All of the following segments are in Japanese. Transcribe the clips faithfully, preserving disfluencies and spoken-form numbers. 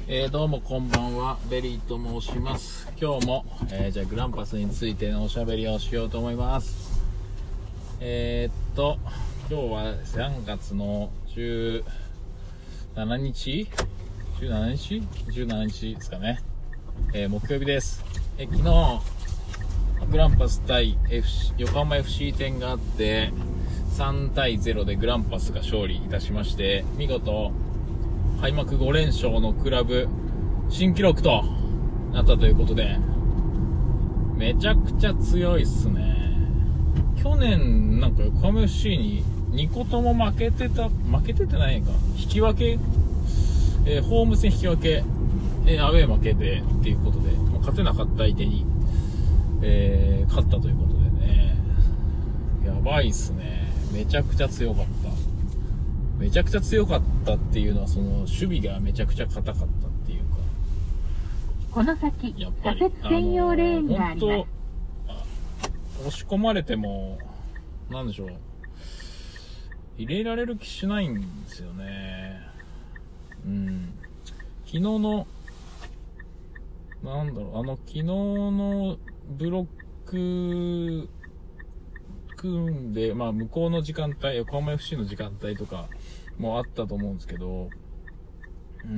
えー、どうもこんばんは、ベリーと申します。今日も、えー、じゃあグランパスについてのおしゃべりをしようと思います。えー、っと今日はさんがつのじゅうしちにちじゅうしちにちじゅうしちにちですかね、えー、木曜日です。えー、昨日グランパス対 エフシー 横浜 エフシー 戦があってさんたいゼロでグランパスが勝利いたしまして、見事開幕ごれんしょうのクラブ新記録となったということで、めちゃくちゃ強いっすね。去年なんか横浜 エフシー ににことも負けてた、負けててないか、引き分け、えー、ホーム戦引き分け、えー、アウェー負けでっていうことで、もう勝てなかった相手に、えー、勝ったということでね、やばいっすね。めちゃくちゃ強かった。めちゃくちゃ強かったっていうのは、その守備がめちゃくちゃ硬かったっていうか、 この先左折専用レーンがあります。 本当押し込まれてもなんでしょう、入れられる気しないんですよね。うん。昨日のなんだろう、あの昨日のブロック組んで、まあ向こうの時間帯、横浜 エフシー の時間帯とかもあったと思うんですけど、うん、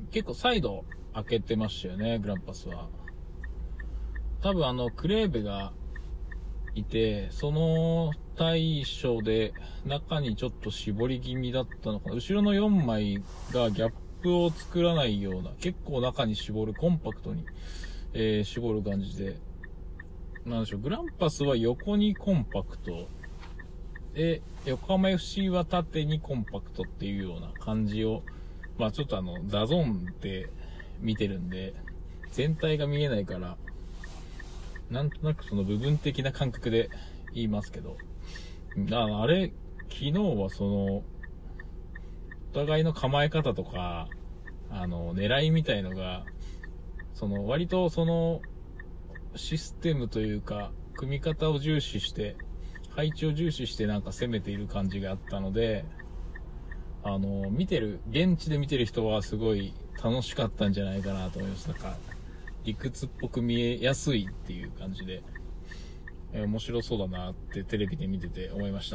結構サイド開けてましたよね、グランパスは。多分あのクレーベがいて、その対処で中にちょっと絞り気味だったのかな。後ろのよんまいがギャップを作らないような、結構中に絞る、コンパクトに、えー、絞る感じで、なんでしょう、グランパスは横にコンパクトで、横浜 エフシー は縦にコンパクトっていうような感じを、まあちょっとあのダゾーンで見てるんで全体が見えないから、なんとなくその部分的な感覚で言いますけど、ああれ昨日はそのお互いの構え方とか、あの狙いみたいのが、その割とそのシステムというか組み方を重視して、配置を重視してなんか攻めている感じがあったので、あの見てる現地で見てる人はすごい楽しかったんじゃないかなと思います。なんか理屈っぽく見えやすいっていう感じで、えー、面白そうだなってテレビで見てて思いました。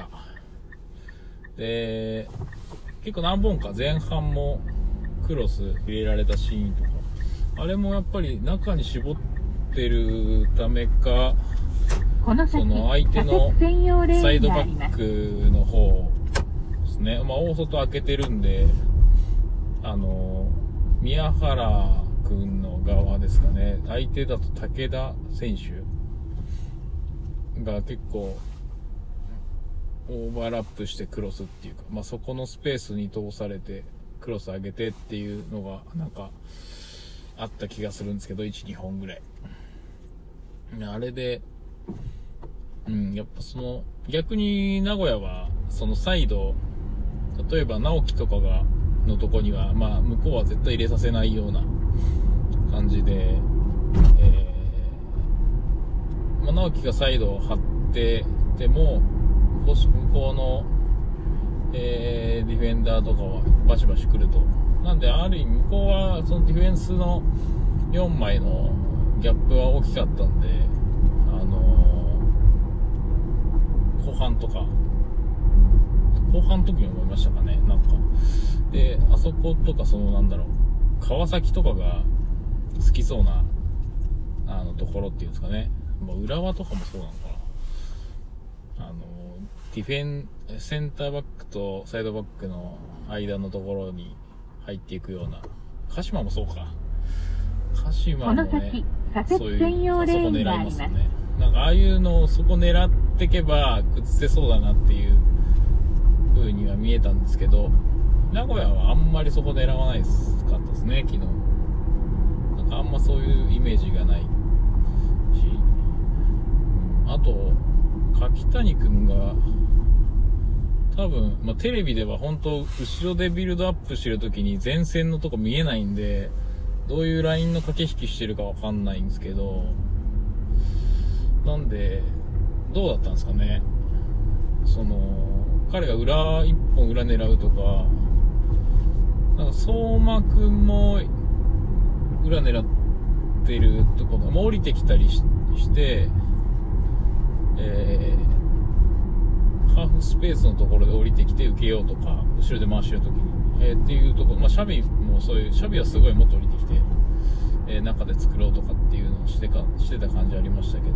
で、結構何本か前半もクロス入れられたシーンとか、あれもやっぱり中に絞ってるためか、その相手のサイドバックの方ですね、まあ大外開けてるんで、あの宮原君の側ですかね、相手だと武田選手が結構オーバーラップしてクロスっていうか、まあそこのスペースに通されてクロス上げてっていうのがなんかあった気がするんですけど、いち、にほんぐらい。あれで、うん、やっぱその逆に名古屋はそのサイド、例えば直樹とかがのとこには、まあ向こうは絶対入れさせないような感じで、えーまあ、直樹がサイドを張ってても向こうの、えー、ディフェンダーとかはバシバシ来ると。なんである意味向こうはそのディフェンスのよんまいのギャップは大きかったんで、あのー、後半とか後半の時に思いましたかね。なんかで、あそことか、そのなんだろう、川崎とかが好きそうなあのところっていうんですかね、まあ、浦和とかもそうなのかな、あのディフェンセンターバックとサイドバックの間のところに入っていくような、鹿島もそうか、鹿島もね、そういうあそこ狙いますよね。なんかああいうのをそこ狙っていけば崩せそうだなっていう風には見えたんですけど、名古屋はあんまりそこ狙わないかったですね、昨日。なんかあんまそういうイメージがないし、あと柿谷君が多分、まあ、テレビでは本当後ろでビルドアップしてる時に前線のとこ見えないんで、どういうラインの駆け引きしてるかわかんないんですけど、なんでどうだったんですかね。その彼が裏一本裏狙うとか、なんか相馬くんも裏狙ってるところ、まあ、降りてきたり し, して、えー、ハーフスペースのところで降りてきて受けようとか、後ろで回してるときに、えー、っていうところ、まあ、シャビもそういう、シャビはすごいもっと降りてきて、えー、中で作ろうとかっていうのをしてかしてた感じありましたけど、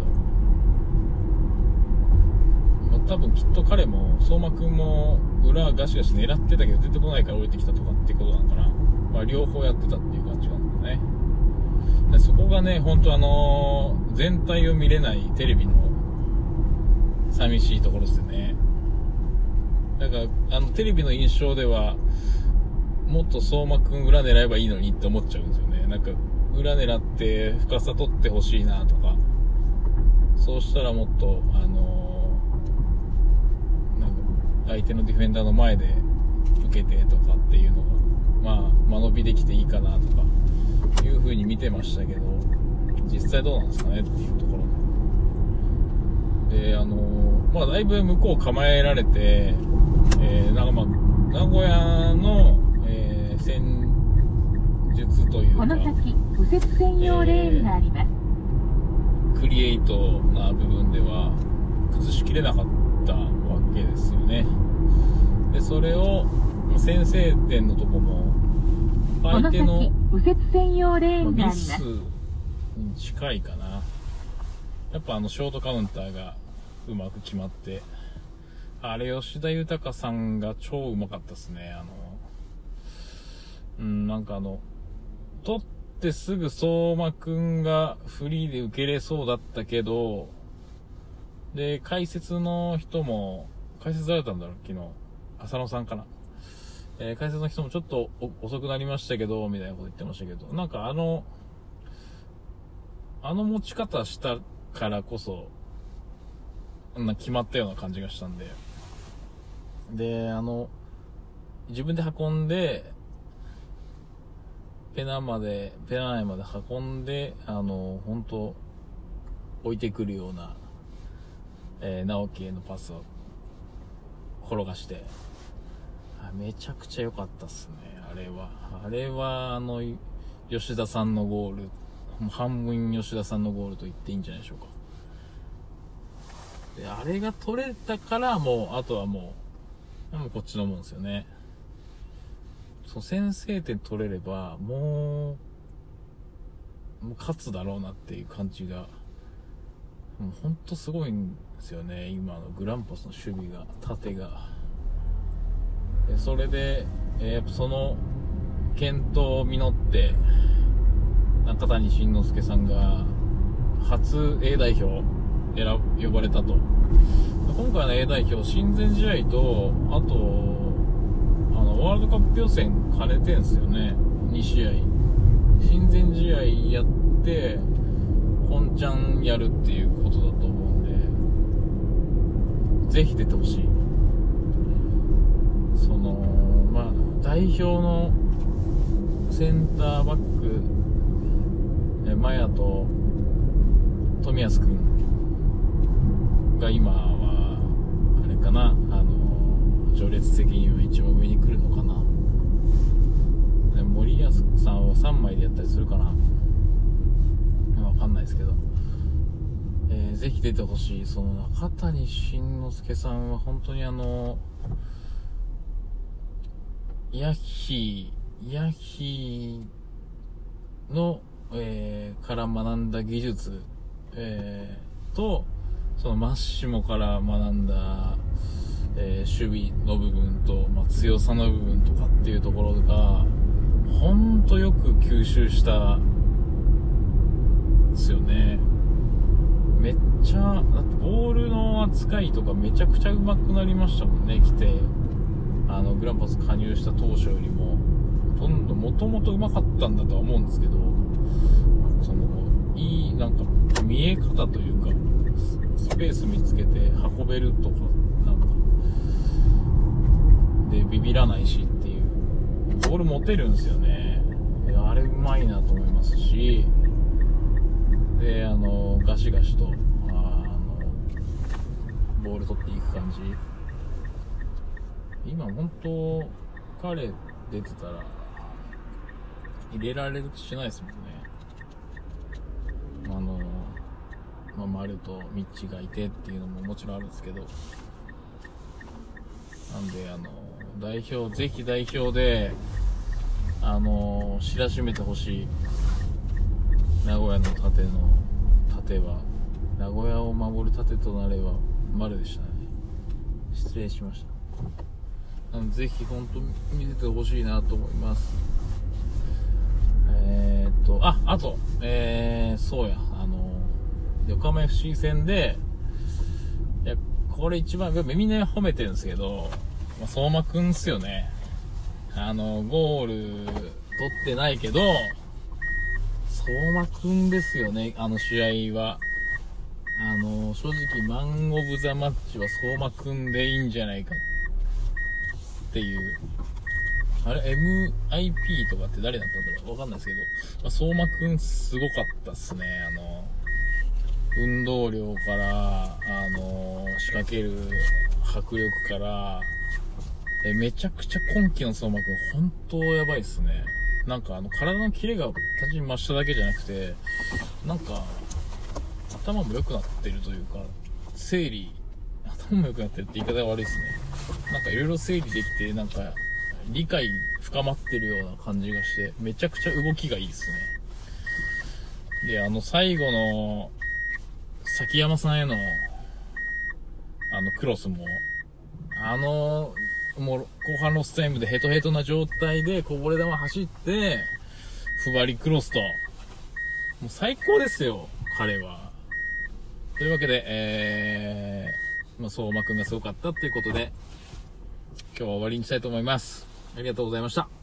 まあ、多分きっと彼も相馬くんも裏ガシガシ狙ってたけど出てこないから降りてきたとかっていうことなのかな。まあ、両方やってたっていう感じなんだね。でそこがね、本当あのー、全体を見れないテレビの寂しいところですよね。だからあのテレビの印象ではもっと相馬くん裏狙えばいいのにって思っちゃうんですよね。なんか裏狙って深さ取ってほしいなとか、そうしたらもっとあのー、なんか相手のディフェンダーの前で受けてとかっていうのがまあ間延びできていいかなとかいう風に見てましたけど、実際どうなんですかねっていうところで、あのー、まあだいぶ向こう構えられて、えー、なんかまあ名古屋の、えー、戦術というか、 この先右折専用レーンがあります、 えー、クリエイトな部分では崩しきれなかったわけですよね。でそれを先制点のとこも相手の右折専用レーンがあります、 まあ、ミスに近いかな。やっぱあのショートカウンターがうまく決まって、あれ吉田豊さんが超うまかったですね。あのうんなんかあの取ってすぐ相馬くんがフリーで受けれそうだったけど、で解説の人も解説されたんだろう昨日浅野さんかな、えー、解説の人もちょっと遅くなりましたけどみたいなこと言ってましたけど、なんかあのあの持ち方したからこそな決まったような感じがしたんで、であの自分で運んでペナまでペナ内まで運んであの本当置いてくるような、えー、直樹へのパスを転がして、めちゃくちゃ良かったっすね。あれはあれはあの吉田さんのゴール、半分吉田さんのゴールと言っていいんじゃないでしょうか。であれが取れたからもうあとはもうもうこっちのもんですよね。そう先制点取れればもうもう勝つだろうなっていう感じがもう本当すごいんですよね。今のグランパスの守備が縦がで、それで、えー、その健闘を実って中谷慎之介さんが初 A 代表選呼ばれたと。今回の A 代表親善試合とあとあのワールドカップ予選兼ねてんすよね。に試合親善試合やって本ちゃんやるっていうことだと思うんで、ぜひ出てほしい。そのまあ代表のセンターバックえマヤと冨安くんが今はあれかな、あの序列的には一番上に来るのかな。森保さんはさんまいでやったりするかな、わかんないですけど、えー、ぜひ出てほしい。その中谷慎之介さんは本当にあのヤッヒーヤッヒーの、えー、から学んだ技術、えー、とそのマッシモから学んだ、えー、守備の部分と、まあ、強さの部分とかっていうところがほんとよく吸収したですよね。めっちゃだってボールの扱いとかめちゃくちゃ上手くなりましたもんね。来てあのグランパス加入した当初よりもどんどんもともと上手かったんだとは思うんですけど、そのいいなんか見え方というかスペース見つけて運べるとかなんかでビビらないしっていうボール持てるんですよね。あれうまいなと思いますし、であのガシガシとあのボール取っていく感じ、今本当彼出てたら入れられる気しないですもんね。 まあ、丸とミッチがいてっていうのももちろんあるんですけど、なんであの代表ぜひ代表であの知らしめてほしい。名古屋の盾の盾は名古屋を守る盾となれば丸でしたね。失礼しました。あのぜひ本当見ててほしいなと思います。えー、っとああとえー、そうやあの横浜 エフシー 戦で、いやこれ一番みんな褒めてるんですけど、まあ、相馬くんっすよね。あのゴール取ってないけど相馬くんですよね。あの試合はあの正直マンオブザマッチは相馬くんでいいんじゃないかっていう。あれ エムアイピー とかって誰だったんだろうわかんないですけど、まあ、相馬くんすごかったっすね。あの運動量からあの仕掛ける迫力からえめちゃくちゃ今季の相馬くん本当やばいっすね。なんかあの体のキレが単純に増しただけじゃなくて、なんか頭も良くなってるというか、整理頭も良くなってるって言い方が悪いですね。なんかいろいろ整理できて、なんか理解深まってるような感じがして、めちゃくちゃ動きがいいですね。で、あの最後の崎山さんへのあのクロスも、あのもう後半ロスタイムでヘトヘトな状態でこぼれ球走ってふわりクロスと、もう最高ですよ彼は。というわけで、えー、まあ、相馬くんがすごかったっていうことで今日は終わりにしたいと思います。ありがとうございました。